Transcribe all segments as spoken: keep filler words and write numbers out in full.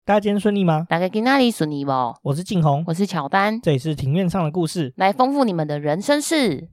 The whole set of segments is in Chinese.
大家今天顺利吗？ 大家今天顺利不？ 我是静红， 我是乔丹， 这里是庭院上的故事， 来丰富你们的人生事。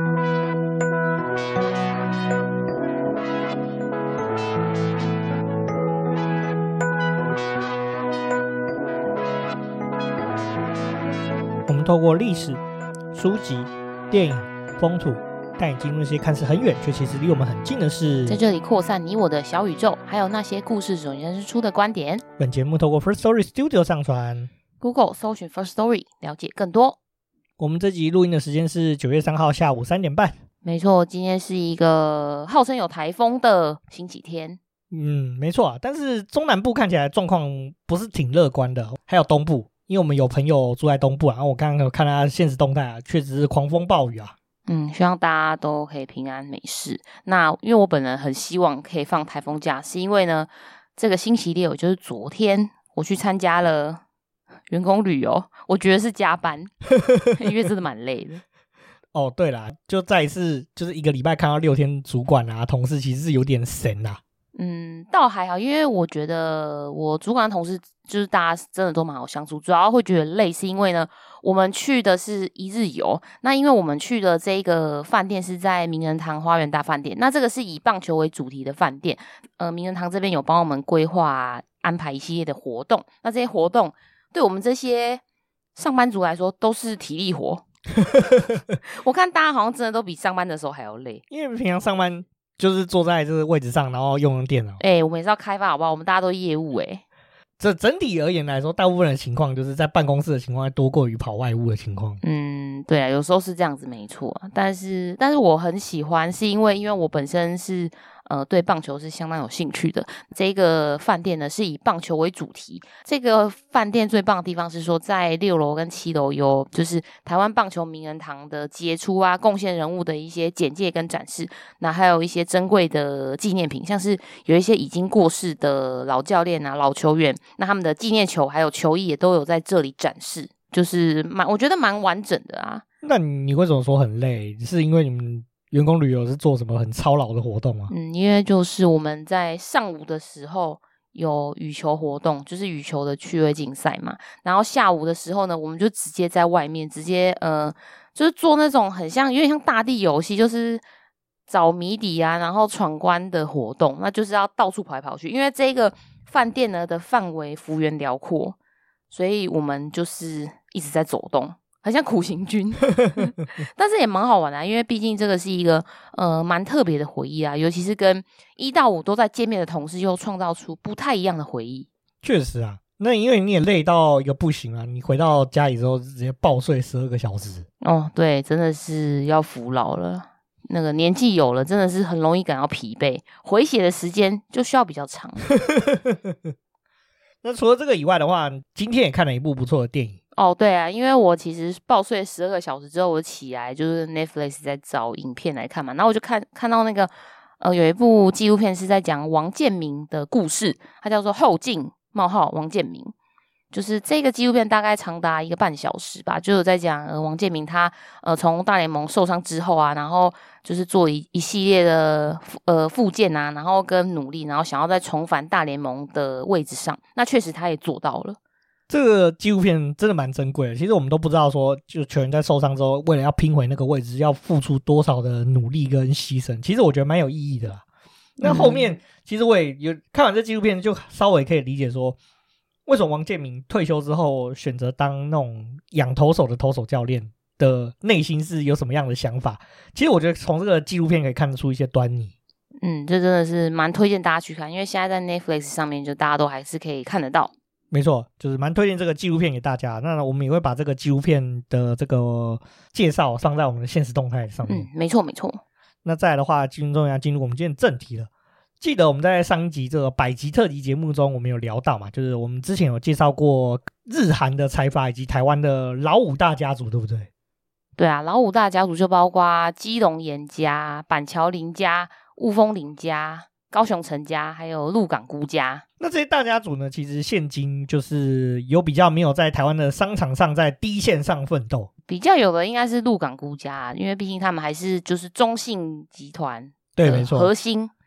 我们透过历史、书籍、电影、风土，带你进入一些看似很远却其实离我们很近的事， 在这里扩散你我的小宇宙，还有那些故事总结出的观点。 本节目透过 First Story Studio 上传 Google 搜寻 First Story 了解更多。 我们这集录音的时间是九月三号下午三点半。 没错，今天是一个号称有台风的星期天。 嗯，没错啊，但是中南部看起来状况不是挺乐观的，还有东部，因为我们有朋友住在东部啊，然后我刚刚有看他现实动态啊，确实是狂风暴雨啊。 嗯，希望大家都可以平安没事。那因为我本人很希望可以放台风假，是因为呢，这个星期六就是昨天我去参加了员工旅游，我觉得是加班，因为真的蛮累的。 哦，对啦，就再一次就是一个礼拜看到六天主管啊同事，其实是有点神啦。 嗯，倒还好，因为我觉得我主管的同事就是大家真的都蛮好相处，主要会觉得累是因为呢，我们去的是一日游，那因为我们去的这个饭店是在名人堂花园大饭店，那这个是以棒球为主题的饭店，呃，名人堂这边有帮我们规划安排一系列的活动，那这些活动对我们这些上班族来说都是体力活。我看大家好像真的都比上班的时候还要累， 因为平常上班就是坐在这个位置上，然后用用电脑。 哎、欸，我们也是要开发好不好？我们大家都业务哎、欸。 这整体而言来说，大部分的情况就是在办公室的情况多过于跑外务的情况。 嗯，对啊，有时候是这样子没错，但是但是我很喜欢，是因为因为我本身是呃对棒球是相当有兴趣的。这个饭店呢是以棒球为主题，这个饭店最棒的地方是说，在六楼跟七楼有就是台湾棒球名人堂的杰出啊贡献人物的一些简介跟展示，那还有一些珍贵的纪念品，像是有一些已经过世的老教练啊、老球员。那他们的纪念球还有球衣也都有在这里展示，就是蛮我觉得蛮完整的啊。 那你为什么说很累？是因为你们员工旅游是做什么很操劳的活动吗？ 嗯，因为就是我们在上午的时候有羽球活动，就是羽球的趣味竞赛嘛。然后下午的时候呢，我们就直接在外面直接呃，就是做那种很像有点像大地游戏，就是找谜底啊，然后闯关的活动。那就是要到处跑来跑去，因为这个饭店呢的范围幅员辽阔，所以我们就是一直在走动，很像苦行军但是也蛮好玩的、啊、因为毕竟这个是一个呃蛮特别的回忆啊，尤其是跟一到五都在见面的同事又创造出不太一样的回忆。 确实啊，那因为你也累到一个不行啊，你回到家里之后直接暴睡十二个小时。 哦，对，真的是要服老了，那个年纪有了真的是很容易感到疲惫，回血的时间就需要比较长那除了这个以外的话，今天也看了一部不错的电影。 哦，对啊，因为我其实暴睡十二个小时之后，我起来就是 Netflix 在找影片来看嘛，然后我就看看到那个呃有一部纪录片是在讲王建民的故事，它叫做后进冒号王建民。就是这个纪录片大概长达一个半小时吧，就有在讲呃王建民他呃从大联盟受伤之后啊，然后就是做一一系列的呃复健啊，然后跟努力，然后想要再重返大联盟的位置上，那确实他也做到了。 这个纪录片真的蛮珍贵的，其实我们都不知道说，就球员在受伤之后，为了要拼回那个位置，要付出多少的努力跟牺牲。其实我觉得蛮有意义的啦。那后面、嗯、其实我也有看完这纪录片，就稍微可以理解说，为什么王建民退休之后选择当那种养投手的投手教练的内心是有什么样的想法。其实我觉得从这个纪录片可以看得出一些端倪。 嗯，这真的是蛮推荐大家去看，因为现在在 Netflix 上面就大家都还是可以看得到。 没错，就是蛮推荐这个纪录片给大家。那我们也会把这个纪录片的这个介绍放在我们的限时动态上面。 嗯，没错没错。 那再来的话，进入要进入我们今天的正题了。记得我们在上一集这个百集特辑节目中，我们有聊到嘛，就是我们之前有介绍过日韩的财阀以及台湾的老五大家族，对不对？ 对啊，老五大家族就包括基隆严家、板桥林家、雾峰林家、高雄陈家还有鹿港辜家。 那这些大家族呢，其实现今就是有比较没有在台湾的商场上在第一线上奋斗， 比较有的应该是鹿港辜家，因为毕竟他们还是就是中信集团对没错核心。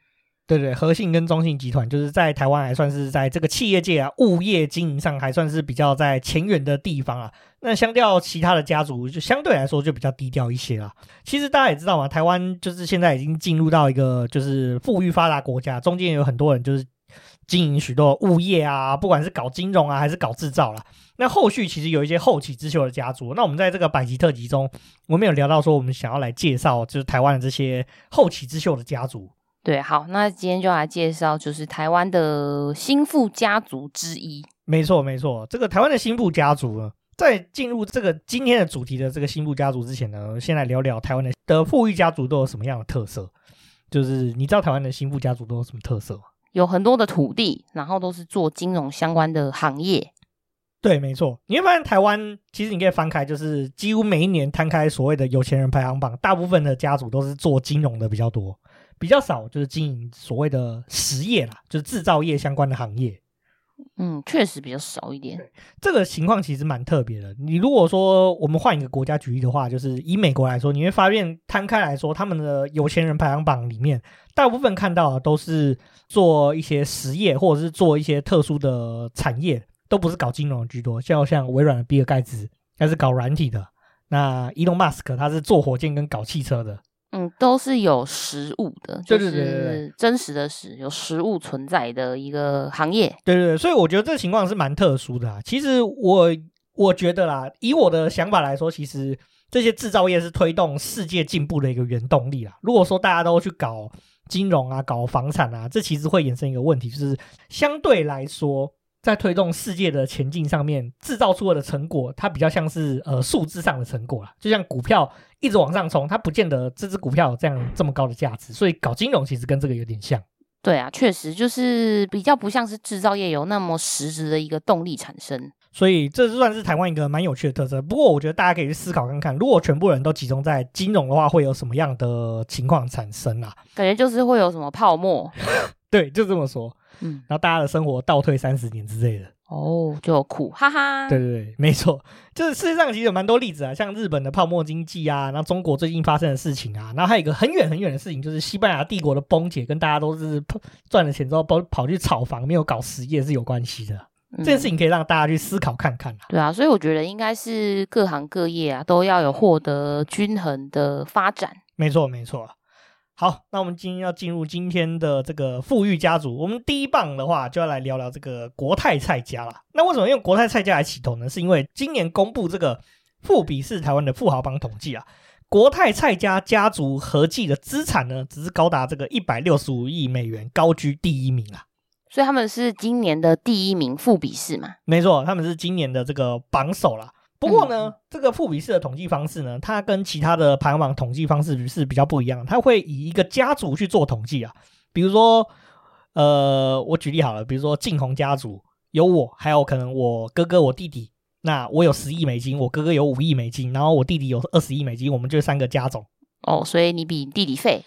对对，和信跟中信集团就是在台湾还算是在这个企业界啊，物业经营上还算是比较在前沿的地方啊。那相较其他的家族，就相对来说就比较低调一些啦。其实大家也知道嘛，台湾就是现在已经进入到一个就是富裕发达国家，中间有很多人就是经营许多物业啊，不管是搞金融啊还是搞制造啦。那后续其实有一些后起之秀的家族，那我们在这个百集特辑中，我们有聊到说我们想要来介绍就是台湾的这些后起之秀的家族。 对，好，那今天就来介绍就是台湾的新富家族之一。 没错没错，这个台湾的新富家族呢，在进入这个今天的主题的这个新富家族之前呢，先来聊聊台湾的的富裕家族都有什么样的特色。就是你知道台湾的新富家族都有什么特色吗？ 有很多的土地，然后都是做金融相关的行业。 对，没错，你会发现台湾其实你可以翻开，就是几乎每一年摊开所谓的有钱人排行榜，大部分的家族都是做金融的比较多，比较少就是经营所谓的实业啦，就是制造业相关的行业。 嗯，确实比较少一点。 这个情况其实蛮特别的。你如果说我们换一个国家举例的话，就是以美国来说，你会发现摊开来说，他们的有钱人排行榜里面，大部分看到的都是做一些实业或者是做一些特殊的产业，都不是搞金融的居多。像像微软的比尔盖茨，他是搞软体的；那伊隆马斯克他是做火箭跟搞汽车的。 嗯，都是有实物的， 对对对对就是真实的实，有实物存在的一个行业。 对对对，所以我觉得这个情况是蛮特殊的啊。其实我我觉得啦，以我的想法来说，其实这些制造业是推动世界进步的一个原动力啦。如果说大家都去搞金融啊、搞房产啊，这其实会衍生一个问题，就是相对来说，在推动世界的前进上面，制造出来的成果，它比较像是呃数字上的成果啦。就像股票一直往上冲，它不见得这只股票有这样这么高的价值，所以搞金融其实跟这个有点像。 对啊，确实就是比较不像是制造业有那么实质的一个动力产生。 所以这算是台湾一个蛮有趣的特色。不过我觉得大家可以去思考看看，如果全部人都集中在金融的话，会有什么样的情况产生啊？ 感觉就是会有什么泡沫。 对，就这么说。 嗯， 然后大家的生活倒退三十年之类的。 哦，就有苦，哈哈。 对对对，没错，就是世界上其实有蛮多例子啊，像日本的泡沫经济啊，然后中国最近发生的事情啊，然后还有一个很远很远的事情，就是西班牙帝国的崩解，跟大家都是赚了钱之后跑跑去炒房，没有搞实业是有关系的。嗯、这件事情可以让大家去思考看看啊。 对啊，所以我觉得应该是各行各业啊都要有获得均衡的发展。 没错没错。好，那我们今天要进入今天的这个富裕家族，我们第一棒的话就要来聊聊这个国泰蔡家啦。那为什么用国泰蔡家来起头呢？是因为今年公布这个富比士台湾的富豪榜统计啊，国泰蔡家家族合计的资产呢，只是高达这个一百六十五亿美元，高居第一名啊。 所以他们是今年的第一名富比士嘛？ 没错，他们是今年的这个榜首啦。不过呢、嗯、这个富比士的统计方式呢，它跟其他的排行榜统计方式是比较不一样的，它会以一个家族去做统计啊。比如说呃，我举例好了，比如说晋宏家族有我，还有可能我哥哥我弟弟，那我有十亿美金，我哥哥有五亿美金，然后我弟弟有二十亿美金，我们就三个加总。 哦，所以你比弟弟废。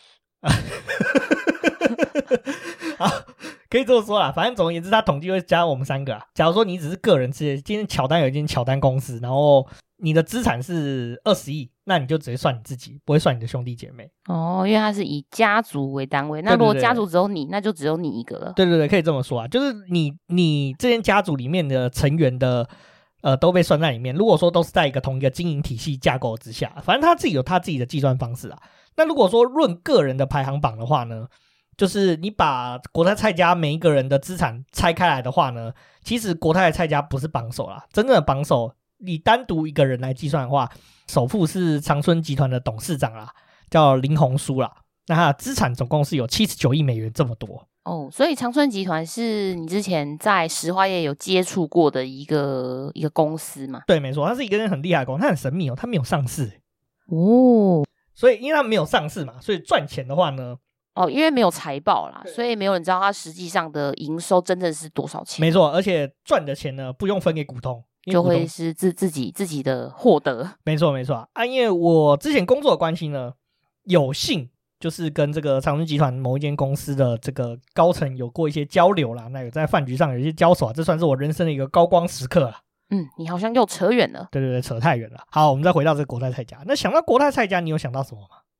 好，可以这么说啦，反正总而言之，他统计会加我们三个啊。假如说你只是个人事业，今天巧丹有一间巧丹公司，然后你的资产是二十亿，那你就直接算你自己，不会算你的兄弟姐妹。 哦，因为它是以家族为单位，那如果家族只有你，那就只有你一个了。 对对对，可以这么说啊，就是你你这间家族里面的成员的呃都被算在里面。如果说都是在一个同一个经营体系架构之下，反正他自己有他自己的计算方式啊。那如果说论个人的排行榜的话呢，就是你把国泰蔡家每一个人的资产拆开来的话呢，其实国泰蔡家不是榜首啦，真正的榜首你单独一个人来计算的话，首富是长春集团的董事长啦，叫林鸿书啦，那他的资产总共是有七十九亿美元这么多。 哦，所以长春集团是你之前在石化业有接触过的一个一个公司嘛？ 对，没错，它是一个很厉害的公司，它很神秘哦，它没有上市哦， 所以因为它没有上市嘛，所以赚钱的话呢， 哦，因为没有财报啦，所以没有人知道它实际上的营收真正是多少钱。 没错，而且赚的钱呢不用分给股东， 就会是自自己自己的获得。没错没错啊，因为我之前工作的关系呢，有幸就是跟这个长春集团某一间公司的这个高层有过一些交流啦，那有在饭局上有一些交手啊，这算是我人生的一个高光时刻啦。 嗯，你好像又扯远了。 对对对，扯太远了。好，我们再回到这个国泰蔡家。那想到国泰蔡家，你有想到什么吗？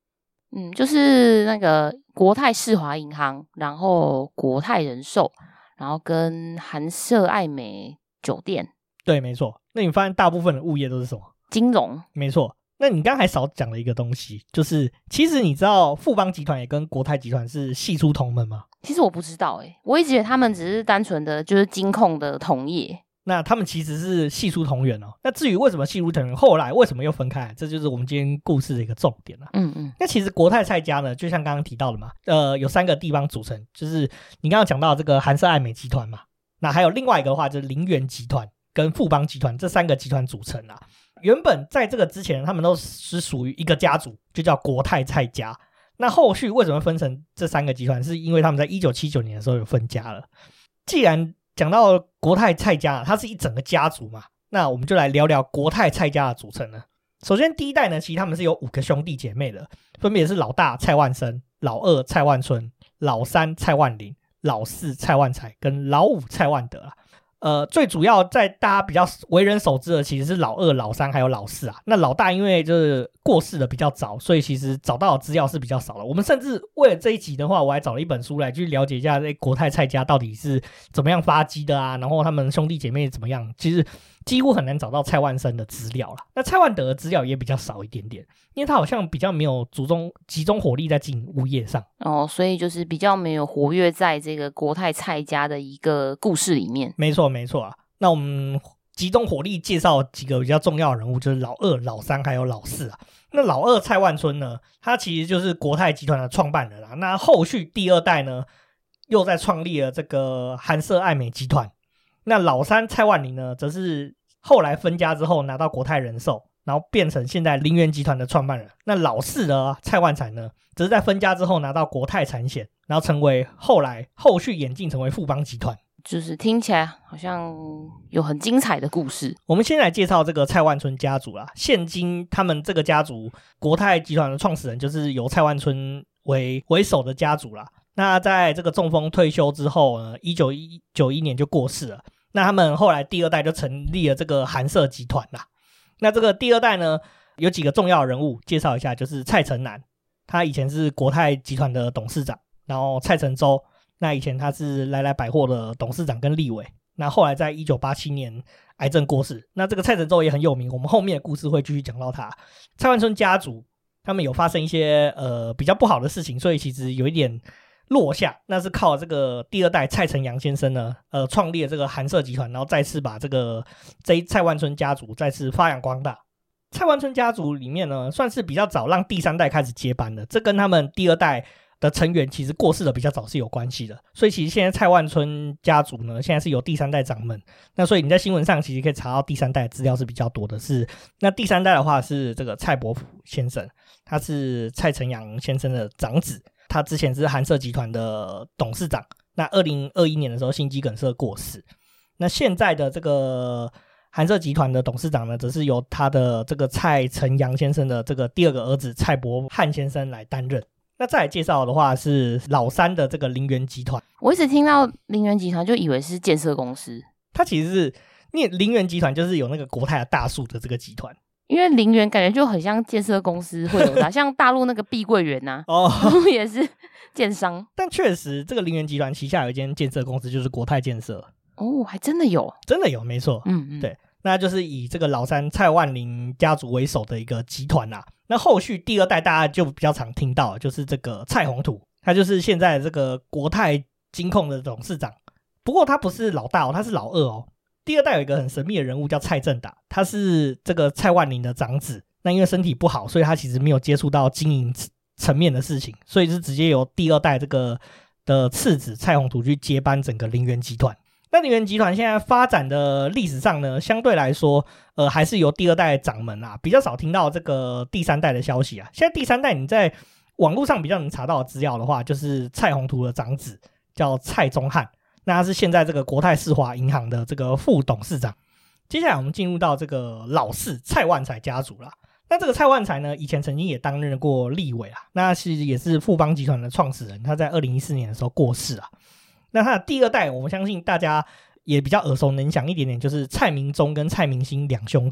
嗯，就是那个国泰世华银行，然后国泰人寿，然后跟韩舍爱美酒店。 对，没错。那你发现大部分的物业都是什么？ 金融。 没错。那你刚才少讲了一个东西，就是其实你知道富邦集团也跟国泰集团是系出同门吗？ 其实我不知道诶、欸，我一直觉得他们只是单纯的就是金控的同业。 那他们其实是系出同源哦。那至于为什么系出同源，后来为什么又分开，这就是我们今天故事的一个重点了。 嗯嗯。 那其实国泰蔡家呢，就像刚刚提到的嘛，呃，有三个地方组成，就是你刚刚讲到这个韩舍爱美集团嘛，那还有另外一个的话就是林园集团跟富邦集团这三个集团组成啦。原本在这个之前，他们都是属于一个家族，就叫国泰蔡家。那后续为什么分成这三个集团，是因为他们在一九七九年的时候有分家了。既然讲到国泰蔡家，它是一整个家族嘛，那我们就来聊聊国泰蔡家的组成呢。首先第一代呢，其实他们是有五个兄弟姐妹的，分别是老大蔡万生、老二蔡万春、老三蔡万林、老四蔡万才跟老五蔡万德啊。呃，最主要在大家比较为人熟知的其实是老二、老三还有老四啊。那老大因为就是过世的比较早，所以其实找到的资料是比较少了。我们甚至为了这一集的话，我还找了一本书来去了解一下这国泰蔡家到底是怎么样发迹的啊，然后他们兄弟姐妹怎么样，其实几乎很难找到蔡万生的资料啦。那蔡万德的资料也比较少一点点，因为他好像比较没有集中集中火力在经营物业上哦，所以就是比较没有活跃在这个国泰蔡家的一个故事里面。 没错没错啊。那我们集中火力介绍几个比较重要的人物，就是老二、老三还有老四啊。那老二蔡万春呢，他其实就是国泰集团的创办人啦。那后续第二代呢，又在创立了这个韩舍爱美集团。那老三蔡万林呢，则是后来分家之后拿到国泰人寿，然后变成现在林园集团的创办人。那老四呢，蔡万才呢，则是在分家之后拿到国泰产险，然后成为后来后续演进成为富邦集团。 就是听起来好像有很精彩的故事。 我们先来介绍这个蔡万春家族啦。现今他们这个家族，国泰集团的创始人就是由蔡万春为为首的家族啦。那在这个中风退休之后呢，一九九一年就过世了。那他们后来第二代就成立了这个韩舍集团啦。那这个第二代呢，有几个重要的人物介绍一下，就是蔡成南，他以前是国泰集团的董事长，然后蔡成洲，那以前他是来来百货的董事长跟立委，那后来在一九八七年癌症过世。那这个蔡成洲也很有名，我们后面的故事会继续讲到他。蔡万春家族他们有发生一些呃比较不好的事情，所以其实有一点落下，那是靠这个第二代蔡成阳先生呢，呃，创立了这个韩舍集团，然后再次把这个这一蔡万春家族再次发扬光大。蔡万春家族里面呢，算是比较早让第三代开始接班的，这跟他们第二代的成员其实过世的比较早是有关系的。所以其实现在蔡万春家族呢，现在是由第三代掌门。那所以你在新闻上其实可以查到第三代的资料是比较多的，是那第三代的话是这个蔡伯甫先生，他是蔡成阳先生的长子。他之前是韩舍集团的董事长，那二零二一年的时候心肌梗塞过世。那现在的这个韩舍集团的董事长呢，则是由他的这个蔡成阳先生的这个第二个儿子蔡伯汉先生来担任。那再来介绍的话是老三的这个林园集团。 我一直听到林园集团就以为是建设公司， 它其实是因为林园集团就是有那个国泰的大树的这个集团。 因为林园感觉就很像建设公司会有的，像大陆那个碧桂园呐、啊，哦，也是建商。 但确实，这个林园集团旗下有一间建设公司，就是国泰建设。 哦，还真的有， 真的有，没错。嗯嗯，对，那就是以这个老三蔡万林家族为首的一个集团啦。那后续第二代大家就比较常听到，就是这个蔡宏图，他就是现在的这个国泰金控的董事长。不过他不是老大哦，他是老二哦。第二代有一个很神秘的人物叫蔡正达，他是这个蔡万林的长子。那因为身体不好，所以他其实没有接触到经营层面的事情，所以是直接由第二代这个的次子蔡宏图去接班整个林园集团。那林园集团现在发展的历史上呢，相对来说，呃，还是由第二代掌门啊，比较少听到这个第三代的消息啊。现在第三代你在网络上比较能查到的资料的话，就是蔡宏图的长子叫蔡宗翰。那他是现在这个国泰世华银行的这个副董事长。接下来我们进入到这个老四蔡万才家族啦。那这个蔡万才呢，以前曾经也担任过立委啊，那其实也是富邦集团的创始人，他在二零一四年的时候过世啊。那他的第二代，我们相信大家也比较耳熟能详一点点，就是蔡明忠跟蔡明兴两兄弟啦。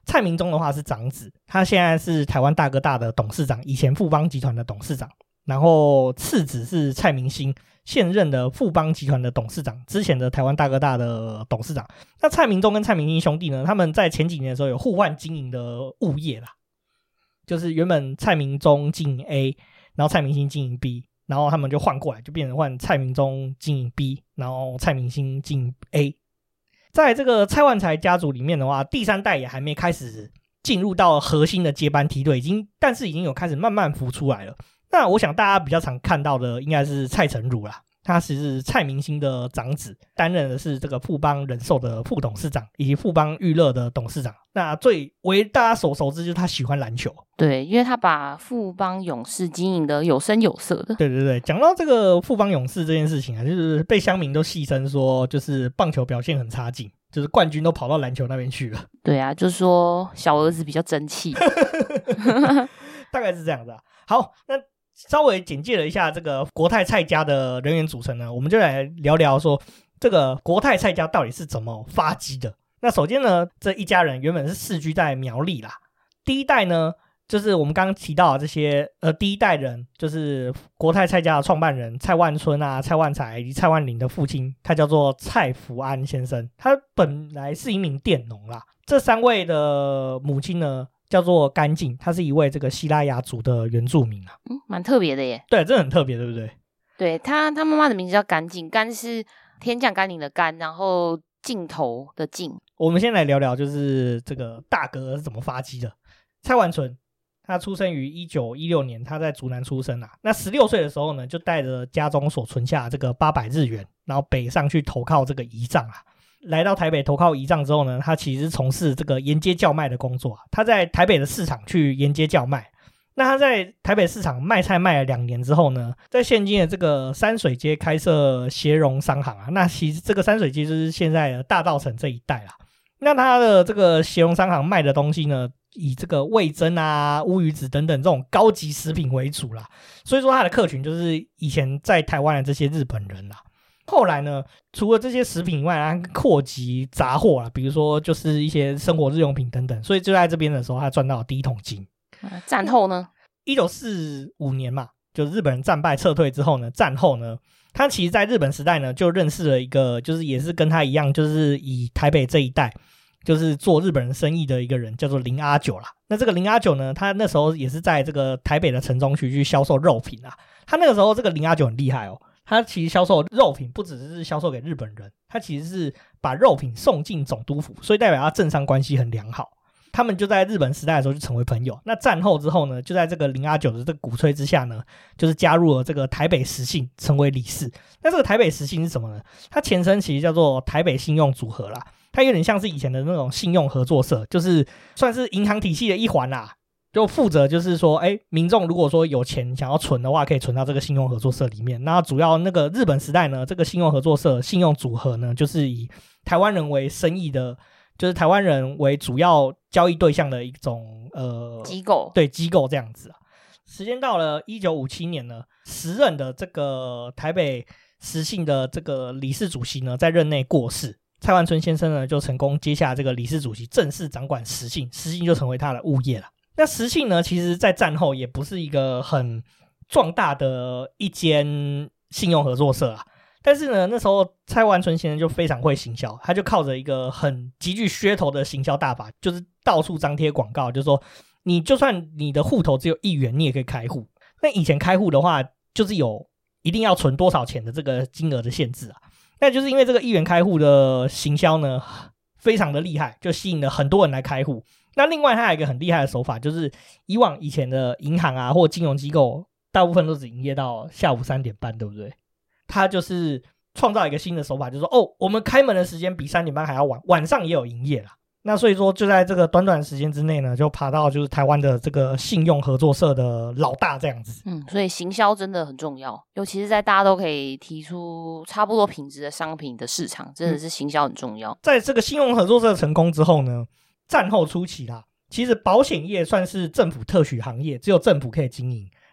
蔡明忠的话是长子，他现在是台湾大哥大的董事长，以前富邦集团的董事长。然后次子是蔡明兴，现任的富邦集团的董事长，之前的台湾大哥大的董事长。那蔡明忠跟蔡明兴兄弟呢，他们在前几年的时候有互换经营的物业啦，就是原本蔡明忠经营 A， 然后蔡明兴经营 B， 然后他们就换过来，就变成换蔡明忠经营 B， 然后蔡明兴经营 A。 在这个蔡万才家族里面的话，第三代也还没开始进入到核心的接班梯队，已经但是已经有开始慢慢浮出来了。那我想大家比较常看到的应该是蔡成儒啦，他是蔡明兴的长子，担任的是这个富邦人寿的副董事长以及富邦娱乐的董事长。那最为大家所熟知就是他喜欢篮球， 对，因为他把富邦勇士经营的有声有色的。 对对对，讲到这个富邦勇士这件事情啊，就是被乡民都戏称说就是棒球表现很差劲，就是冠军都跑到篮球那边去了。 对啊，就是说小儿子比较争气大概是这样的、啊、好，那稍微简介了一下这个国泰蔡家的人员组成呢，我们就来聊聊说这个国泰蔡家到底是怎么发迹的。那首先呢，这一家人原本是世居在苗栗啦，第一代呢就是我们刚刚提到的这些呃，第一代人就是国泰蔡家的创办人蔡万春啊、蔡万才以及蔡万林的父亲，他叫做蔡福安先生，他本来是一名佃农啦。这三位的母亲呢叫做甘静，他是一位这个西拉雅族的原住民啊， 嗯，蛮特别的耶。 对，这很特别，对不对？ 对，他他妈妈的名字叫甘静，甘是天降甘霖的甘，然后镜头的镜。 我们先来聊聊就是这个大哥是怎么发迹的。蔡万春他出生于一九一六年，他在竹南出生啊。那十六岁的时候呢，就带着家中所存下这个八百日元，然后北上去投靠这个姨丈啊。来到台北投靠姨丈之后呢，他其实从事这个沿街叫卖的工作、啊、他在台北的市场去沿街叫卖。那他在台北市场卖菜卖了两年之后呢，在现今的这个山水街开设协荣商行啊。那其实这个山水街就是现在的大稻埕这一带啦。那他的这个协荣商行卖的东西呢，以这个味噌啊、乌鱼子等等这种高级食品为主啦，所以说他的客群就是以前在台湾的这些日本人啦。后来呢，除了这些食品以外，他扩及杂货啦，比如说就是一些生活日用品等等，所以就在这边的时候他赚到了第一桶金。 啊、战后呢一九四五年嘛，就日本人战败撤退之后呢，战后呢，他其实在日本时代呢就认识了一个就是也是跟他一样就是以台北这一带就是做日本人生意的一个人，叫做林阿九啦。那这个林阿九呢，他那时候也是在这个台北的城中区去销售肉品啊。他那个时候这个林阿九很厉害哦，他其实销售肉品不只是销售给日本人，他其实是把肉品送进总督府，所以代表他政商关系很良好。他们就在日本时代的时候就成为朋友。那战后之后呢，就在这个林阿九的这个鼓吹之下呢，就是加入了这个台北时信，成为理事。那这个台北时信是什么呢？它前身其实叫做台北信用组合啦，它有点像是以前的那种信用合作社，就是算是银行体系的一环啦。就负责就是说，哎，民众如果说有钱想要存的话，可以存到这个信用合作社里面。那主要那个日本时代呢，这个信用合作社、信用组合呢，就是以台湾人为生意的，就是台湾人为主要交易对象的一种呃机构， 对机构这样子啊。时间到了一九五七年呢，时任的这个台北时信的这个理事主席呢，在任内过世。蔡万春先生呢，就成功接下这个理事主席，正式掌管时信，时信就成为他的物业了。那时信呢，其实在战后也不是一个很壮大的一间信用合作社啊，但是呢，那时候蔡万春先生就非常会行销，他就靠着一个很极具噱头的行销大法，就是到处张贴广告，就是说你就算你的户头只有一元，你也可以开户。那以前开户的话，就是有一定要存多少钱的这个金额的限制啊。那就是因为这个一元开户的行销呢，非常的厉害，就吸引了很多人来开户。那另外它还有一个很厉害的手法，就是以往以前的银行啊或金融机构大部分都只营业到下午三点半，对不对？它就是创造一个新的手法，就是说哦，我们开门的时间比三点半还要晚，晚上也有营业啦。那所以说就在这个短短的时间之内呢，就爬到就是台湾的这个信用合作社的老大这样子。 嗯，所以行销真的很重要，尤其是在大家都可以提出差不多品质的商品的市场，真的是行销很重要。 嗯、在这个信用合作社成功之后呢，战后初期啦，其实保险业算是政府特许行业，只有政府可以经营。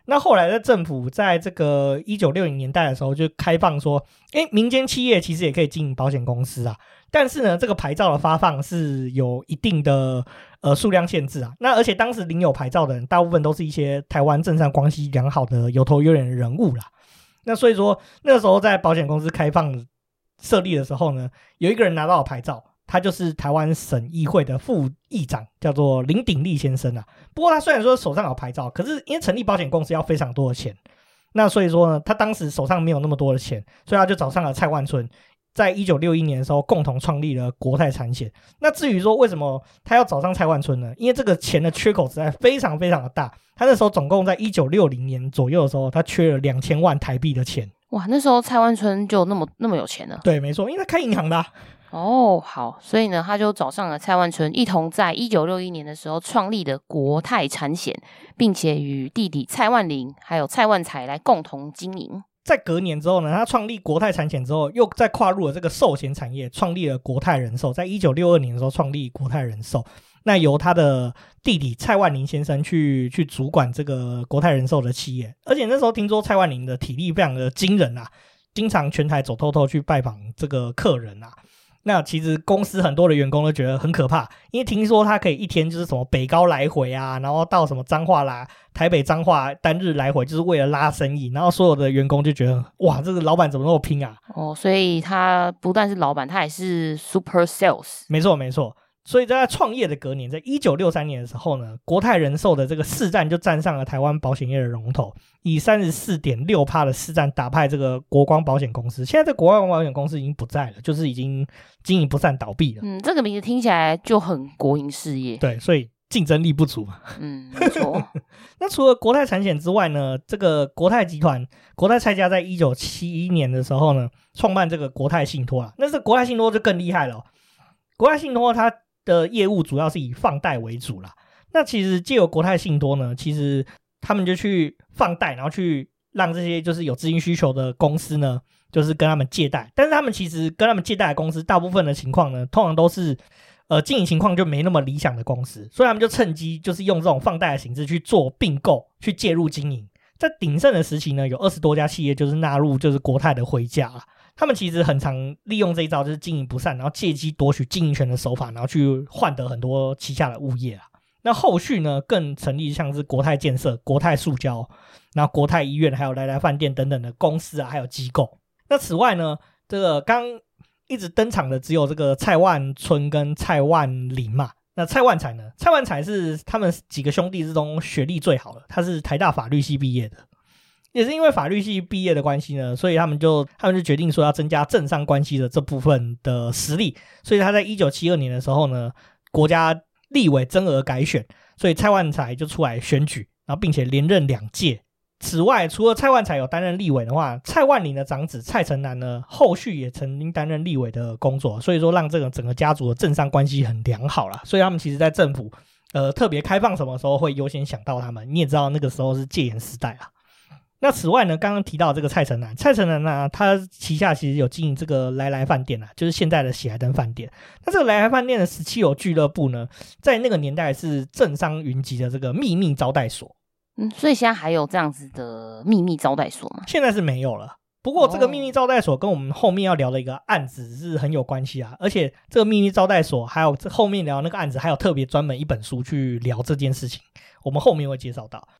那后来的政府在这个一九六零年代的时候就开放说，诶，民间企业其实也可以经营保险公司啊，但是呢，这个牌照的发放是有一定的呃数量限制啊。那而且当时领有牌照的人，大部分都是一些台湾政商关系良好的有头有脸的人物啦。那所以说，那个时候在保险公司开放设立的时候呢，有一个人拿到了牌照。他就是台湾省议会的副议长，叫做林鼎立先生啊。不过他虽然说手上有牌照，可是因为成立保险公司要非常多的钱，那所以说呢，他当时手上没有那么多的钱，所以他就找上了蔡万春，在一九六一年的时候共同创立了国泰产险。那至于说为什么他要找上蔡万春呢？因为这个钱的缺口实在非常非常的大。他那时候总共在一九六零年左右的时候，他缺了两千万台币的钱。 哇，那时候蔡万春就那么那么有钱了？ 对，没错，因为他开银行的啊。 哦，好，所以呢，他就找上了蔡万春，一同在一九六一年的时候创立的国泰产险，并且与弟弟蔡万林还有蔡万才来共同经营。 在隔年之后呢，他创立国泰产险之后，又再跨入了这个寿险产业，创立了国泰人寿。在一九六二年的时候创立国泰人寿，那由他的弟弟蔡万林先生去去主管这个国泰人寿的企业。而且那时候听说蔡万林的体力非常的惊人啊，经常全台走透透去拜访这个客人啊。那其实公司很多的员工都觉得很可怕，因为听说他可以一天就是什么北高来回啊，然后到什么彰化啦、台北彰化单日来回，就是为了拉生意。然后所有的员工就觉得，哇，这个老板怎么那么拼啊？ 哦，所以他不但是老板，他也是 super sales。 没错，没错。所以在他创业的隔年，在一九六三年的时候呢，国泰人寿的这个市占就站上了台湾保险业的龙头，以 百分之三十四点六 的市占打败这个国光保险公司。现在这国光保险公司已经不在了，就是已经经营不善倒闭了。 嗯，这个名字听起来就很国营事业。 对，所以竞争力不足嘛。 嗯，没错。 那除了国泰产险之外呢，这个国泰集团国泰蔡家在一九七一年的时候呢，创办这个国泰信托啦。那这国泰信托就更厉害了哦。国泰信托它的业务主要是以放贷为主啦。那其实藉由国泰信托呢，其实他们就去放贷，然后去让这些就是有资金需求的公司呢，就是跟他们借贷。但是他们其实跟他们借贷的公司，大部分的情况呢，通常都是呃经营情况就没那么理想的公司，所以他们就趁机就是用这种放贷的形式去做并购，去介入经营。在鼎盛的时期呢，有二十多家企业就是纳入就是国泰的回家啦。他们其实很常利用这一招，就是经营不善，然后借机夺取经营权的手法，然后去换得很多旗下的物业啦。那后续呢，更成立像是国泰建设、国泰塑胶，然后国泰医院，还有来来饭店等等的公司啊，还有机构。那此外呢，这个刚一直登场的只有这个蔡万春跟蔡万林嘛。那蔡万才呢？蔡万才是他们几个兄弟之中学历最好的，他是台大法律系毕业的。也是因为法律系毕业的关系呢，所以他们就他们就决定说要增加政商关系的这部分的实力。所以他在一九七二年的时候呢，国家立委增额改选，所以蔡万才就出来选举，然后并且连任两届。此外，除了蔡万才有担任立委的话，蔡万林的长子蔡成南呢，后续也曾经担任立委的工作，所以说让这个整个家族的政商关系很良好啦。所以他们其实在政府呃特别开放什么时候会优先想到他们。你也知道那个时候是戒严时代啦。那此外呢，刚刚提到这个蔡成南，蔡成南呢，他旗下其实有经营这个来来饭店啊，就是现在的喜来登饭店。那这个来来饭店的十七楼俱乐部呢，在那个年代是政商云集的这个秘密招待所。 嗯，所以现在还有这样子的秘密招待所吗？ 现在是没有了。不过这个秘密招待所跟我们后面要聊的一个案子是很有关系啊，而且这个秘密招待所还有这后面聊那个案子，还有特别专门一本书去聊这件事情，我们后面会介绍到。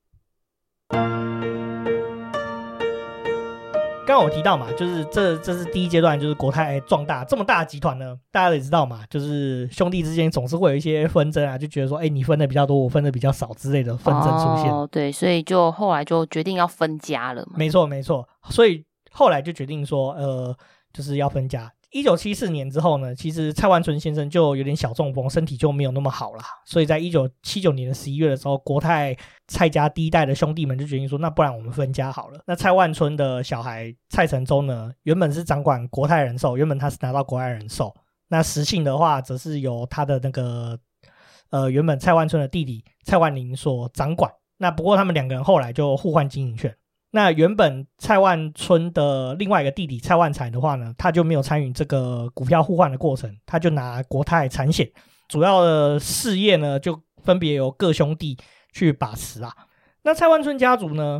刚刚我提到嘛，就是这这是第一阶段，就是国泰壮大这么大的集团呢，大家也知道嘛，就是兄弟之间总是会有一些纷争啊，就觉得说，哎，你分的比较多，我分的比较少之类的纷争出现。 哦，对，所以就后来就决定要分家了嘛。 没错，没错，所以后来就决定说，呃，就是要分家。一九七四年之后呢，其实蔡万春先生就有点小中风，身体就没有那么好啦，所以在一九七九年的十一月的时候，国泰蔡家第一代的兄弟们就决定说，那不然我们分家好了。那蔡万春的小孩蔡成忠呢，原本是掌管国泰人寿，原本他是拿到国泰人寿，那实信的话则是由他的那个呃原本蔡万春的弟弟蔡万林所掌管。那不过他们两个人后来就互换经营权。那原本蔡万春的另外一个弟弟蔡万才的话呢，他就没有参与这个股票互换的过程，他就拿国泰产险，主要的事业呢就分别由各兄弟去把持啦。那蔡万春家族呢，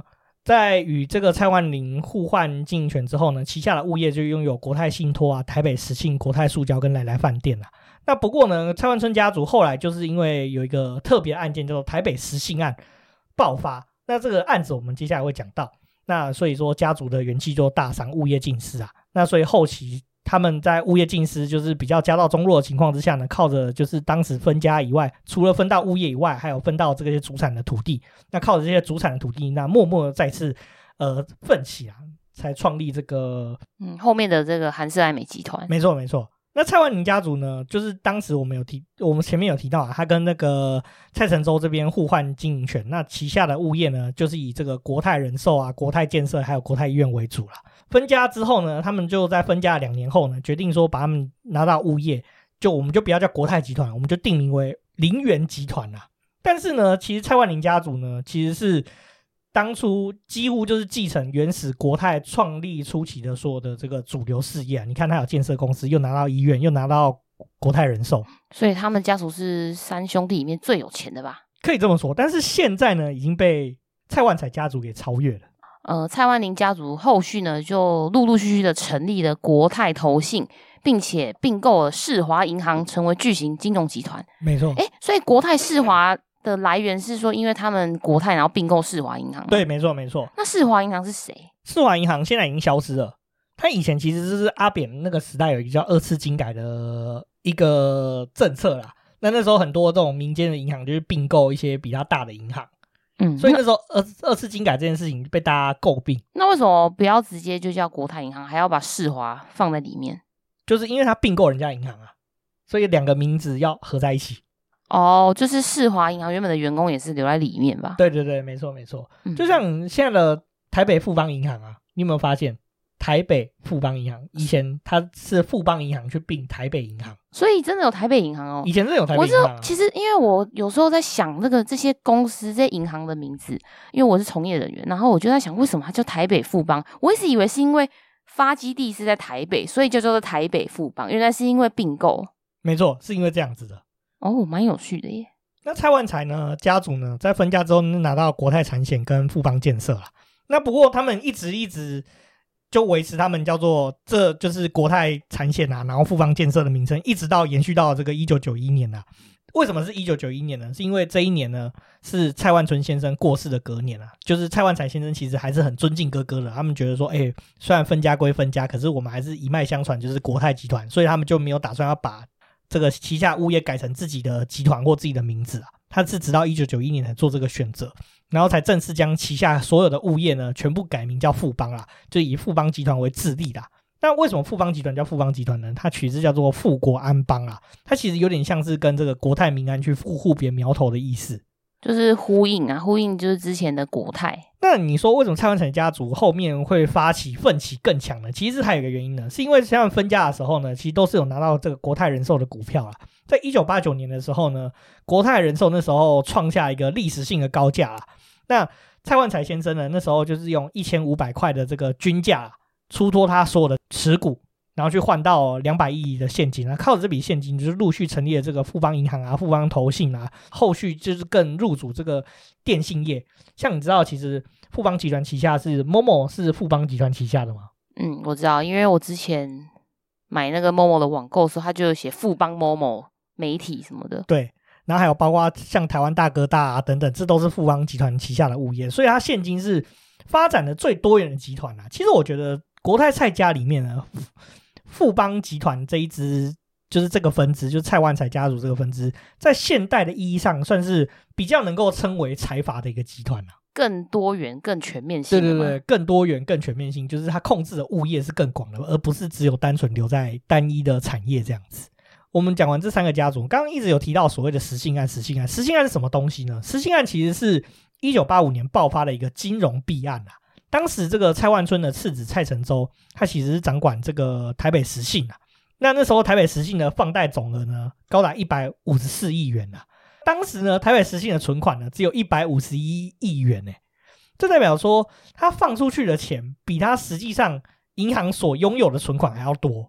在与这个蔡万霖互换经营权之后呢，旗下的物业就拥有国泰信托啊、台北时信、国泰塑胶跟来来饭店啊。那不过呢，蔡万春家族后来就是因为有一个特别案件叫做台北时信案爆发，那这个案子我们接下来会讲到，那所以说家族的元气就大伤，物业尽失啊。那所以后期他们在物业尽失就是比较家道中落的情况之下呢，靠着就是当时分家以外，除了分到物业以外，还有分到这些主产的土地，那靠着这些主产的土地，那默默的再次呃奋起啊，才创立这个嗯后面的这个韩式爱美集团。 没错没错。那蔡万霖家族呢，就是当时我们有提，我们前面有提到啊，他跟那个蔡成洲这边互换经营权，那旗下的物业呢，就是以这个国泰人寿啊、国泰建设还有国泰医院为主啦。分家之后呢，他们就在分家两年后呢，决定说把他们拿到物业，就我们就不要叫国泰集团，我们就定名为林园集团啦。但是呢，其实蔡万霖家族呢，其实是当初几乎就是继承原始国泰创立初期的所有的这个主流事业啊。你看他有建设公司，又拿到医院，又拿到国泰人寿， 所以他们家族是三兄弟里面最有钱的吧？ 可以这么说。但是现在呢，已经被蔡万才家族给超越了。 呃，蔡万霖家族后续呢，就陆陆续续的成立了国泰投信，并且并购了世华银行，成为巨型金融集团。 没错。 哎，所以国泰世华的来源是说，因为他们国泰然后并购世华银行吗？ 对，没错没错。 那世华银行是谁？ 世华银行现在已经消失了。它以前其实就是阿扁那个时代有一个叫二次金改的一个政策啦。那那时候很多这种民间的银行就是并购一些比较大的银行。嗯，所以那时候二二次金改这件事情被大家诟病。 那为什么不要直接就叫国泰银行，还要把世华放在里面？ 就是因为它并购人家银行啊，所以两个名字要合在一起。 哦，就是世华银行原本的员工也是留在里面吧？ 对对对，没错没错。嗯、就像现在的台北富邦银行啊，你有没有发现台北富邦银行以前它是富邦银行去并台北银行， 所以真的有台北银行哦。 以前真的有台北银行、啊。 我其实因为我有时候在想这个这些公司这些银行的名字，因为我是从业人员，然后我就在想为什么它叫台北富邦？我一直以为是因为发基地是在台北，所以就叫做台北富邦。原来是因为并购。 没错，是因为这样子的。 哦，蛮有趣的耶。 那蔡万才呢家族呢在分家之后拿到国泰产险跟富邦建设啦。那不过他们一直一直就维持他们叫做这就是国泰产险啊，然后富邦建设的名称，一直到延续到这个一九九一年啊。为什么是一九九一年呢？是因为这一年呢是蔡万春先生过世的隔年啊。就是蔡万才先生其实还是很尊敬哥哥的，他们觉得说，哎、欸，虽然分家归分家，可是我们还是一脉相传，就是国泰集团，所以他们就没有打算要把这个旗下物业改成自己的集团或自己的名字啊。他是直到一九九一年才做这个选择，然后才正式将旗下所有的物业呢全部改名叫富邦啦，就以富邦集团为自立啦。那为什么富邦集团叫富邦集团呢？它取自叫做富国安邦啦，它其实有点像是跟这个国泰民安去互别苗头的意思， 就是呼应啊，呼应就是之前的国泰。 那你说为什么蔡万才家族后面会发起奋起更强呢？其实还有一个原因呢，是因为他们分家的时候呢，其实都是有拿到这个国泰人寿的股票啦。在一九八九年的时候呢，国泰人寿那时候创下一个历史性的高价啦。那蔡万才先生呢，那时候就是用一千五百块的这个均价啦出脱他所有的持股，然后去换到两百亿的现金啊，靠着这笔现金就是陆续成立了这个富邦银行啊、富邦投信啊，后续就是更入主这个电信业。像你知道其实富邦集团旗下是 Momo 是富邦集团旗下的吗？ 嗯，我知道，因为我之前买那个 Momo 的网购的时候，他就有写富邦 Momo 媒体什么的。 对，然后还有包括像台湾大哥大啊等等，这都是富邦集团旗下的物业，所以它现今是发展的最多元的集团啊。其实我觉得国泰蔡家里面呢，富邦集团这一支就是这个分支，就是蔡万才家族这个分支，在现代的意义上算是比较能够称为财阀的一个集团啊， 更多元、更全面性。 对对对，更多元、更全面性，就是它控制的物业是更广的，而不是只有单纯留在单一的产业这样子。我们讲完这三个家族，刚刚一直有提到所谓的实信案。实信案，实信案是什么东西呢？实信案其实是一九八五年爆发的一个金融弊案啊。当时这个蔡万春的次子蔡成洲，他其实是掌管这个台北实信啊。那那时候台北实信的放贷总额呢，高达一百五十四亿元啊。当时呢，台北实信的存款呢，只有一百五十一亿元诶。这代表说，他放出去的钱比他实际上银行所拥有的存款还要多。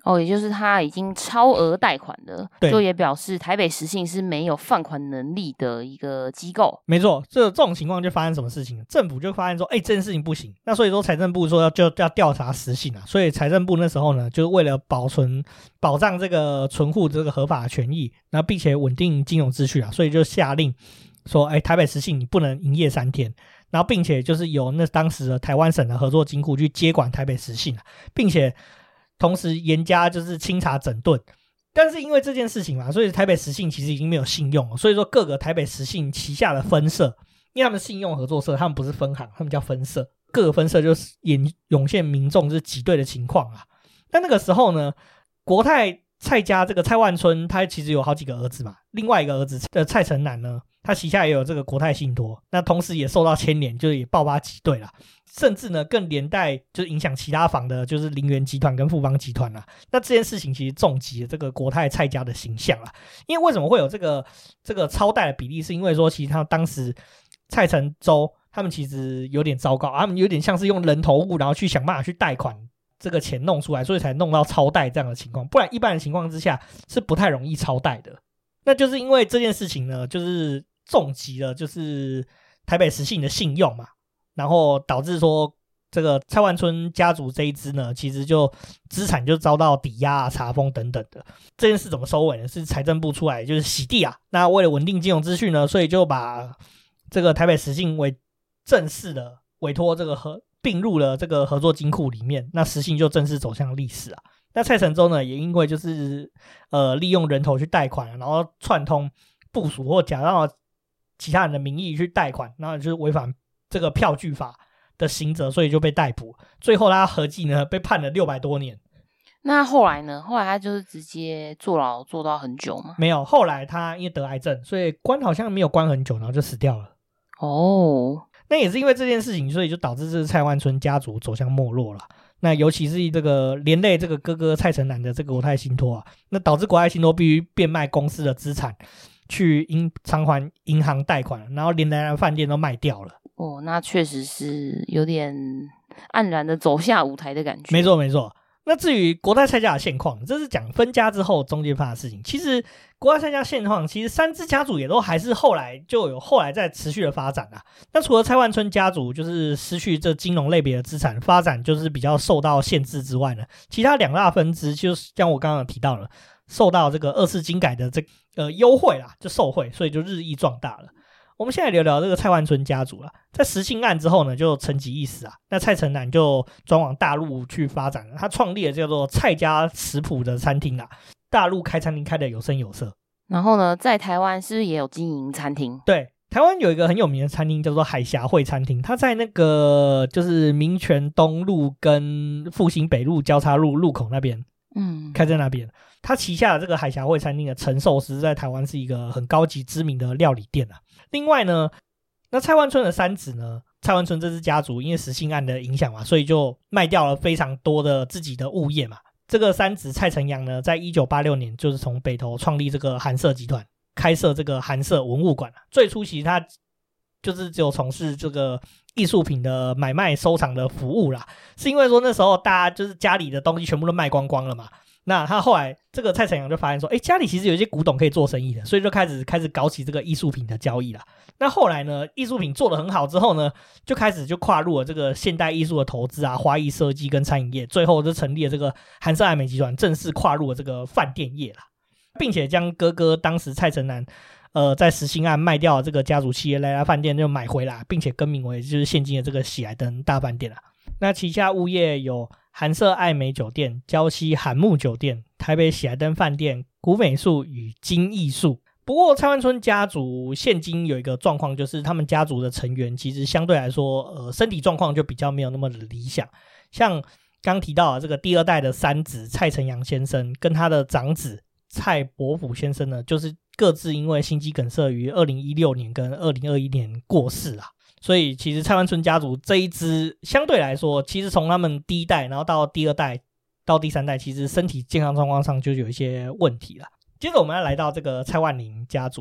哦，也就是他已经超额贷款了， 对， 就也表示台北时信是没有放款能力的一个机构。 没错，这这种情况就发生什么事情？政府就发现说，哎，这件事情不行。那所以说财政部说要就要调查时信啊，所以财政部那时候呢，就是为了保存保障这个存户这个合法的权益，然后并且稳定金融秩序啊，所以就下令说，哎，台北时信你不能营业三天。然后并且就是由那当时的台湾省的合作金库去接管台北时信啊，并且同时严加就是清查整顿。但是因为这件事情嘛，所以台北时信其实已经没有信用了，所以说各个台北时信旗下的分社，因为他们信用合作社，他们不是分行，他们叫分社，各个分社就是涌现民众是挤兑的情况啊。但那个时候呢，国泰蔡家这个蔡万春他其实有好几个儿子嘛，另外一个儿子的蔡成南呢，他旗下也有这个国泰信托，那同时也受到牵连，就是也爆发挤兑啦，甚至呢更连带就是影响其他房的，就是林园集团跟富邦集团啦。那这件事情其实重击了这个国泰蔡家的形象啦。因为为什么会有这个这个超贷的比例，是因为说其实他当时蔡成洲他们其实有点糟糕，他们有点像是用人头户，然后去想办法去贷款这个钱弄出来，所以才弄到超贷这样的情况，不然一般的情况之下是不太容易超贷的。那就是因为这件事情呢，就是重击了就是台北时信的信用嘛，然后导致说这个蔡万春家族这一支呢，其实就资产就遭到抵押啊、查封等等的。这件事怎么收尾呢？是财政部出来就是洗地啊，那为了稳定金融秩序呢，所以就把这个台北时信为正式的委托这个合并入了这个合作金库里面，那时信就正式走向历史啊。那蔡成洲呢，也因为就是呃利用人头去贷款，然后串通部署或假让其他人的名义去贷款，然后就是违反这个票据法的刑责，所以就被逮捕。最后他合计呢被判了六百多年。 那后来呢？后来他就是直接坐牢坐到很久吗？ 没有，后来他因为得癌症，所以关好像没有关很久，然后就死掉了。 哦， 那也是因为这件事情，所以就导致这个蔡万春家族走向没落了。那尤其是这个连累这个哥哥蔡成南的这个国泰信托啊，那导致国泰信托必须变卖公司的资产去因偿还银行贷款，然后连南饭店都卖掉了。 哦，那确实是有点黯然的走下舞台的感觉。 没错没错。那至于国泰蔡家的现况，这是讲分家之后中间发生的事情。其实国泰蔡家现况，其实三支家族也都还是后来就有后来在持续的发展啊。那除了蔡万春家族就是失去这金融类别的资产发展就是比较受到限制之外呢，其他两大分支就是像我刚刚提到了，受到这个二次金改的这呃优惠啦，就受惠，所以就日益壮大了。我们现在聊聊这个蔡万春家族啦，在时信案之后呢，就沉寂一时啊。那蔡成南就转往大陆去发展了，他创立了叫做蔡家食谱的餐厅啊，大陆开餐厅开的有声有色。 然后呢，在台湾是不是也有经营餐厅？ 对，台湾有一个很有名的餐厅叫做海峡汇餐厅，它在那个就是民权东路跟复兴北路交叉路路口那边，嗯，开在那边。他旗下的这个海峡汇餐厅的陈寿司在台湾是一个很高级知名的料理店啊。另外呢，那蔡万春的三子呢，蔡万春这支家族因为时信案的影响嘛，所以就卖掉了非常多的自己的物业嘛。这个三子蔡成阳呢，在一九八六年就是从北投创立这个韩舍集团，开设这个韩舍文物馆啊。最初其实他就是只有从事这个艺术品的买卖收藏的服务啦，是因为说那时候大家就是家里的东西全部都卖光光了嘛。那他后来这个蔡成阳就发现说，哎，家里其实有一些古董可以做生意的，所以就开始开始搞起这个艺术品的交易啦。那后来呢，艺术品做得很好之后呢，就开始就跨入了这个现代艺术的投资啊、花艺设计跟餐饮业，最后就成立了这个韩舍爱美集团，正式跨入了这个饭店业啦，并且将哥哥当时蔡成南呃在时信案卖掉的这个家族企业莱拉饭店就买回来，并且更名为就是现今的这个喜来登大饭店啦。那旗下物业有韩舍爱美酒店、礁溪韩木酒店、台北喜来登饭店、古美术与金艺术。不过蔡万春家族现今有一个状况，就是他们家族的成员其实相对来说呃身体状况就比较没有那么的理想。像刚提到的这个第二代的三子蔡成阳先生跟他的长子蔡伯甫先生呢，就是各自因为心肌梗塞于二零一六年跟二零二一年过世啊。所以其实蔡万春家族这一支相对来说，其实从他们第一代然后到第二代到第三代，其实身体健康状况上就有一些问题了。接着我们要来到这个蔡万霖家族了。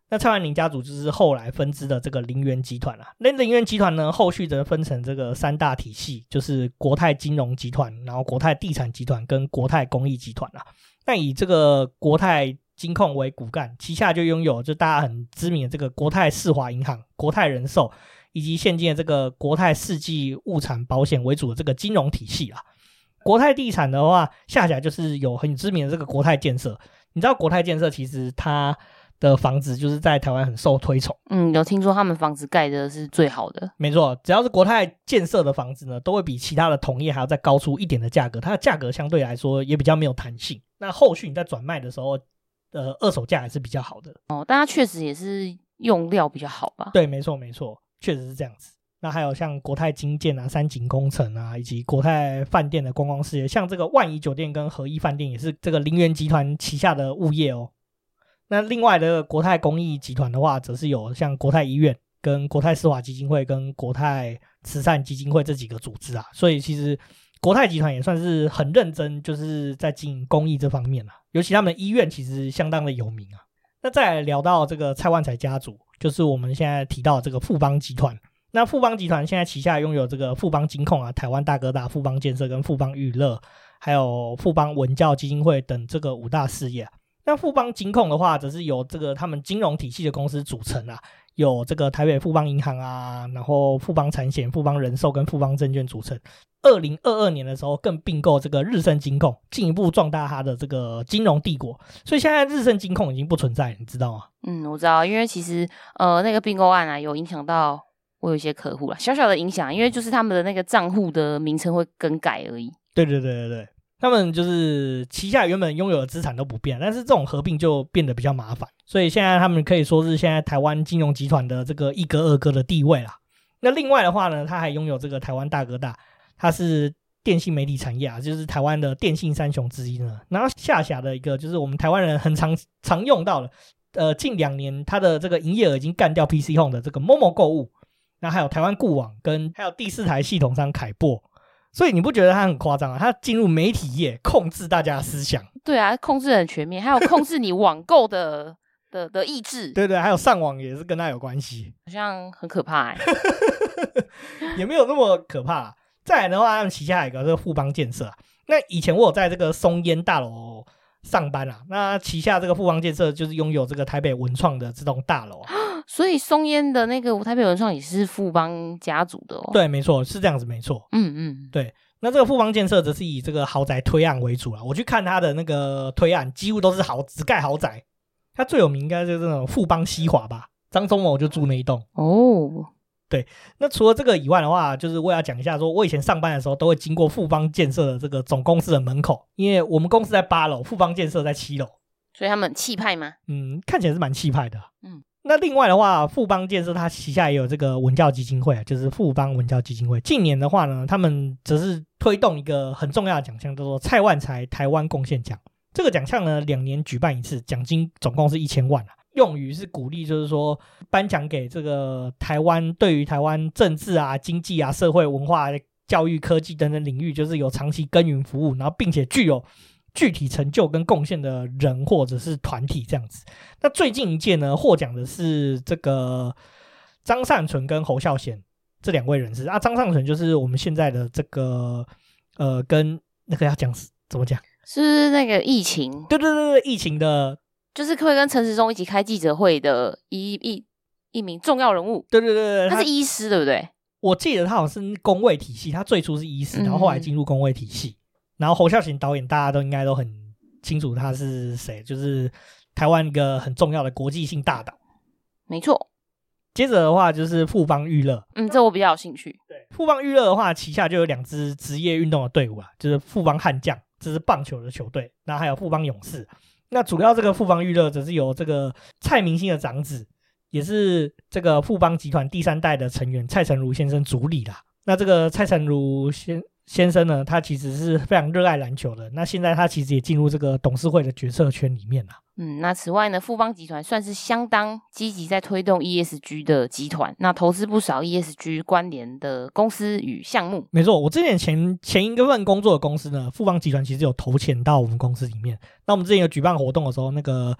那蔡万宁家族就是后来分支的这个林园集团啦。那林园集团呢，后续则分成这个三大体系，就是国泰金融集团，然后国泰地产集团跟国泰工艺集团啦。那以这个国泰金控为骨干，旗下就拥有就大家很知名的这个国泰世华银行、国泰人寿以及现今的这个国泰世纪物产保险为主的这个金融体系啦。国泰地产的话，下辖就是有很知名的这个国泰建设。你知道国泰建设其实它的房子就是在台湾很受推崇。 嗯，有听说他们房子盖的是最好的。 没错，只要是国泰建设的房子呢，都会比其他的同业还要再高出一点的价格，它的价格相对来说也比较没有弹性。那后续你在转卖的时候，呃，二手价还是比较好的。 哦，但它确实也是用料比较好吧？ 对，没错没错，确实是这样子。那还有像国泰金建啊、三井工程啊，以及国泰饭店的观光事业，像这个万怡酒店跟和一饭店也是这个林园集团旗下的物业哦。那另外的国泰公益集团的话，则是有像国泰医院、跟国泰世华基金会、跟国泰慈善基金会这几个组织啊，所以其实国泰集团也算是很认真，就是在经营公益这方面啊。尤其他们医院其实相当的有名啊。那再来聊到这个蔡万才家族，就是我们现在提到的这个富邦集团。那富邦集团现在旗下拥有这个富邦金控啊、台湾大哥大、富邦建设跟富邦娱乐，还有富邦文教基金会等这个五大事业啊。那富邦金控的话，则是由这个他们金融体系的公司组成啊，有这个台北富邦银行啊，然后富邦产险、富邦人寿跟富邦证券组成。二零二二年的时候，更并购这个日盛金控，进一步壮大它的这个金融帝国。所以现在日盛金控已经不存在，你知道吗？ 嗯，我知道，因为其实呃那个并购案啊，有影响到我有一些客户啦，小小的影响，因为就是他们的那个账户的名称会更改而已。 对对对对对。他们就是旗下原本拥有的资产都不变，但是这种合并就变得比较麻烦，所以现在他们可以说是现在台湾金融集团的这个一哥二哥的地位啦。那另外的话呢，他还拥有这个台湾大哥大，它是电信媒体产业啊，就是台湾的电信三雄之一呢。然后下辖的一个就是我们台湾人很常常用到的，呃，近两年它的这个营业额已经干掉 P C Home 的这个 Momo 购物，那还有台湾固网跟还有第四台系统商凯擘。所以你不觉得他很夸张啊？他进入媒体业，控制大家的思想。 对啊，控制很全面，还有控制你网购的的的意志。 对对，还有上网也是跟他有关系， 好像很可怕哎、 欸，也没有那么可怕、啊。再来的话，他们旗下有一个这个富邦建设啊。那以前我有在这个松烟大楼上班啊，那旗下这个富邦建设就是拥有这个台北文创的这栋大楼啊。 所以松烟的那个台北文创也是富邦家族的哦。 对，没错，是这样子，没错。 嗯嗯， 对。那这个富邦建设则是以这个豪宅推案为主啦。我去看他的那个推案，几乎都是豪只盖豪宅。他最有名应该就是那种富邦西华吧，张忠谋就住那一栋。 哦， 对。那除了这个以外的话，就是我要讲一下说，我以前上班的时候都会经过富邦建设的这个总公司的门口，因为我们公司在八楼，富邦建设在七楼。 所以他们很气派吗？ 嗯，看起来是蛮气派的。 嗯。 那另外的话，富邦建设它旗下也有这个文教基金会啊，就是富邦文教基金会。近年的话呢，他们则是推动一个很重要的奖项，叫做蔡万才台湾贡献奖。这个奖项呢，两年举办一次，奖金总共是一千万啊，用于是鼓励，就是说颁奖给这个台湾对于台湾政治啊、经济啊、社会文化、教育、科技等等领域，就是有长期耕耘服务，然后并且具有具体成就跟贡献的人或者是团体这样子。那最近一届呢，获奖的是这个张善存跟侯孝贤这两位人士啊。张善存就是我们现在的这个呃，跟那个要讲怎么讲， 是那个疫情， 对对对对，疫情的， 就是会跟陈时中一起开记者会的一一一名重要人物。 对对对对， 他是医师对不对？ 我记得他好像是公卫体系，他最初是医师，然后后来进入公卫体系。嗯然后侯孝贤导演大家都应该都很清楚他是谁，就是台湾一个很重要的国际性大导。 没错。 接着的话就是富邦娱乐， 嗯，这我比较有兴趣。 对，富邦娱乐的话，旗下就有两支职业运动的队伍啊，就是富邦悍将，这是棒球的球队，然后还有富邦勇士。那主要这个富邦娱乐则是由这个蔡明星的长子，也是这个富邦集团第三代的成员蔡成儒先生主理啦。那这个蔡成儒先先生呢，他其实是非常热爱篮球的。那现在他其实也进入这个董事会的决策圈里面了。 嗯，那此外呢，富邦集团算是相当积极在推动 E S G 的集团，那投资不少 E S G 关联的公司与项目。 没错，我之前前前一个份工作的公司呢，富邦集团其实有投钱到我们公司里面。那我们之前有举办活动的时候，那个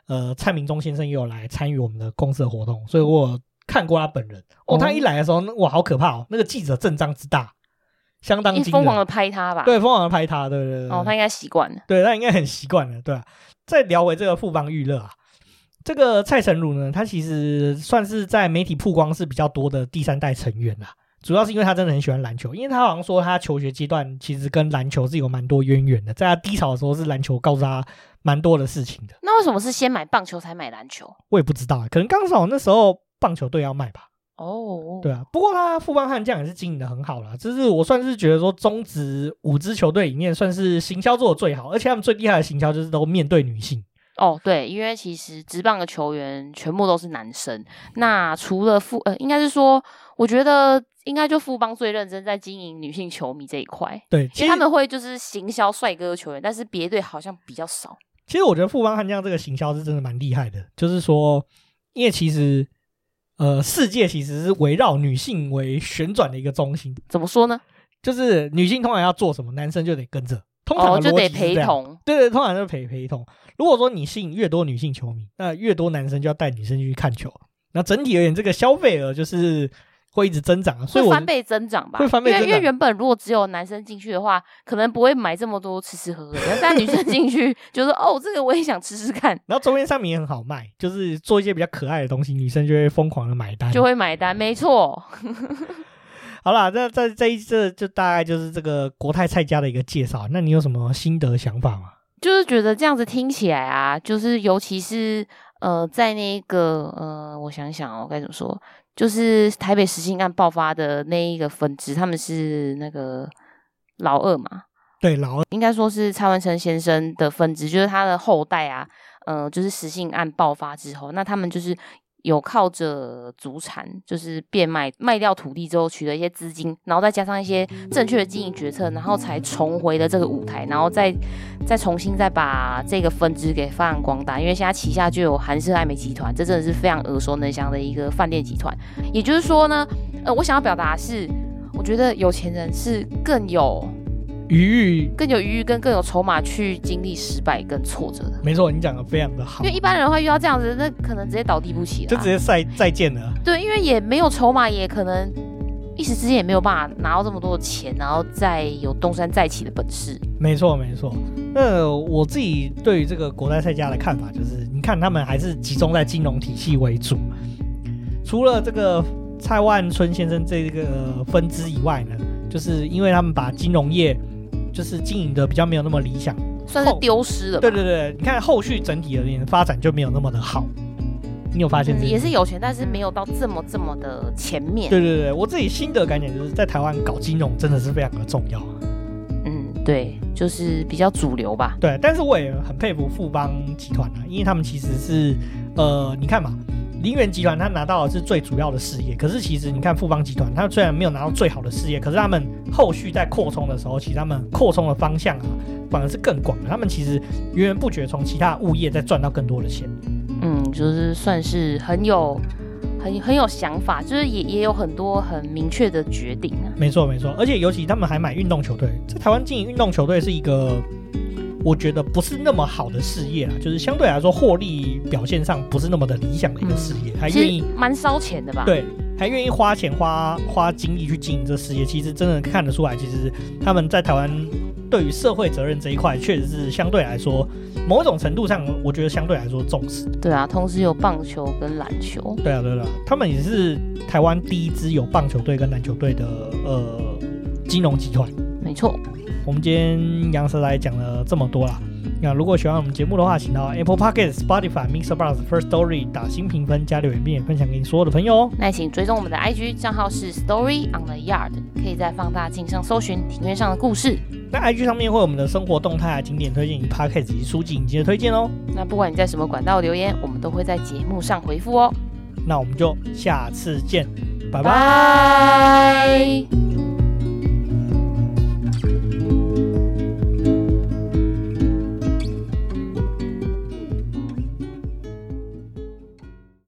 呃蔡明忠先生也有来参与我们的公司的活动，所以我有看过他本人。哦，他一来的时候，哇，好可怕哦！那个记者阵仗之大，相当惊人， 疯狂的拍他吧？ 对，疯狂的拍他，对对 对, 对。 哦，他应该习惯了， 对，他应该很习惯了，对啊。再聊回这个富邦娱乐啊，这个蔡成儒呢，他其实算是在媒体曝光是比较多的第三代成员啦。主要是因为他真的很喜欢篮球，因为他好像说他求学阶段其实跟篮球是有蛮多渊源的，在他低潮的时候是篮球告诉他蛮多的事情的。 那为什么是先买棒球才买篮球？ 我也不知道，可能刚好那时候棒球队要卖吧。 哦， 对啊，不过他富邦悍将也是经营的很好啦，就是我算是觉得说中职五支球队里面算是行销做的最好，而且他们最厉害的行销就是都面对女性。 哦，对，因为其实职棒的球员全部都是男生，那除了富呃，应该是说，我觉得应该就富邦最认真在经营女性球迷这一块。 对， 因为他们会就是行销帅哥球员，但是别队好像比较少。 其实我觉得富邦悍将这个行销是真的蛮厉害的，就是说，因为其实呃，世界其实是围绕女性为旋转的一个中心。 怎么说呢？ 就是女性通常要做什么，男生就得跟着。通常的逻辑是这样， 哦，就得陪同。 对对，通常就陪陪同。如果说你吸引越多女性球迷，那越多男生就要带女生去看球。那整体而言，这个消费额就是会一直增长，所以会翻倍增长吧？ 会翻倍增长。 因为因为原本如果只有男生进去的话，可能不会买这么多吃吃喝喝的，但女生进去就说哦，这个我也想吃吃看。 然后周边商品也很好卖，就是做一些比较可爱的东西，女生就会疯狂的买单， 就会买单，没错。 好啦，那在这一这就大概就是这个国泰蔡家的一个介绍。那你有什么心得想法吗？ 就是觉得这样子听起来啊，就是尤其是呃，在那个呃，我想想哦，该怎么说，就是台北实行案爆发的那一个分支，他们是那个老二嘛， 对，老二应该说是蔡万成先生的分支，就是他的后代啊，呃，就是实行案爆发之后，那他们就是有靠着祖产，就是变卖卖掉土地之后取得一些资金，然后再加上一些正确的经营决策，然后才重回了这个舞台，然后再再重新再把这个分支给发扬光大。因为现在旗下就有韩式爱美集团，这真的是非常耳熟能详的一个饭店集团。也就是说呢，呃，我想要表达的是，我觉得有钱人是更有余裕， 更有余裕跟更有筹码去经历失败跟挫折的。 没错，你讲的非常的好。 因为一般人的话遇到这样子，那可能直接倒地不起了， 就直接再再见了。 对，因为也没有筹码，也可能一时之间也没有办法拿到这么多的钱，然后再有东山再起的本事。 没错，没错。那我自己对于这个国泰蔡家的看法就是，你看他们还是集中在金融体系为主，除了这个蔡万春先生这个分支以外呢，就是因为他们把金融业就是经营的比较没有那么理想， 算是丢失了吧。 对对对，你看后续整体而言发展就没有那么的好。你有发现这、嗯、 也是有钱，但是没有到这么这么的前面。 对对对，我自己心得感觉就是在台湾搞金融真的是非常的重要。 嗯，对，就是比较主流吧。 对，但是我也很佩服富邦集团啊，因为他们其实是呃，你看嘛，林园集团他拿到的是最主要的事业，可是其实你看富邦集团，他虽然没有拿到最好的事业，可是他们后续在扩充的时候，其实他们扩充的方向啊，反而是更广的。他们其实源源不绝从其他物业再赚到更多的钱。 嗯，就是算是很有很很有想法，就是也也有很多很明确的决定啊。 没错没错，而且尤其他们还买运动球队，在台湾经营运动球队是一个我觉得不是那么好的事业啦，就是相对来说获利表现上不是那么的理想的一个事业，嗯、还愿意蛮烧钱的吧？ 对，还愿意花钱花花精力去经营这事业，其实真的看得出来，其实他们在台湾对于社会责任这一块，确实是相对来说某一种程度上，我觉得相对来说重视。 对啊，同时有棒球跟篮球。 对啊，对啊，他们也是台湾第一支有棒球队跟篮球队的呃金融集团。 没错。 我们今天杨蛇来讲了这么多啦，那如果喜欢我们节目的话，请到 Apple Podcast、Spotify、Mixerbox、First Story 打新评分、加留言，并且分享给你所有的朋友哦。 那请追踪我们的 I G 账号是 Story on the Yard， 可以在放大镜上搜寻庭院上的故事。 那 I G 上面会有我们的生活动态啊、景点推荐以及 Podcast 以及书籍影集的推荐哦。 那不管你在什么管道留言，我们都会在节目上回复哦。 那我们就下次见，拜拜。